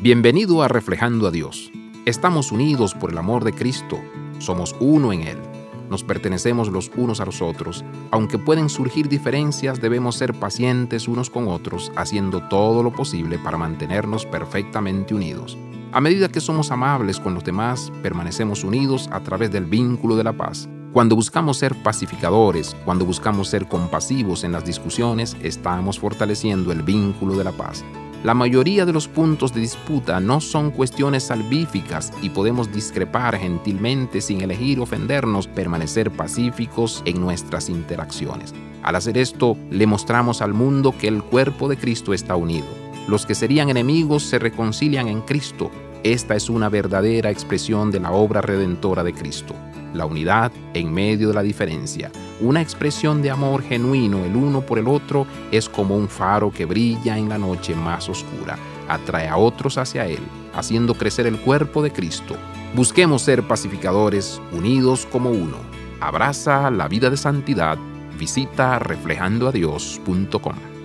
Bienvenido a Reflejando a Dios. Estamos unidos por el amor de Cristo. Somos uno en Él. Nos pertenecemos los unos a los otros. Aunque pueden surgir diferencias, debemos ser pacientes unos con otros, haciendo todo lo posible para mantenernos perfectamente unidos. A medida que somos amables con los demás, permanecemos unidos a través del vínculo de la paz. Cuando buscamos ser pacificadores, cuando buscamos ser compasivos en las discusiones, estamos fortaleciendo el vínculo de la paz. La mayoría de los puntos de disputa no son cuestiones salvíficas y podemos discrepar gentilmente sin elegir ofendernos, permanecer pacíficos en nuestras interacciones. Al hacer esto, le mostramos al mundo que el cuerpo de Cristo está unido. Los que serían enemigos se reconcilian en Cristo. Esta es una verdadera expresión de la obra redentora de Cristo. La unidad en medio de la diferencia. Una expresión de amor genuino el uno por el otro es como un faro que brilla en la noche más oscura. Atrae a otros hacia Él, haciendo crecer el cuerpo de Cristo. Busquemos ser pacificadores, unidos como uno. Abraza la vida de santidad. Visita reflejandoadios.com.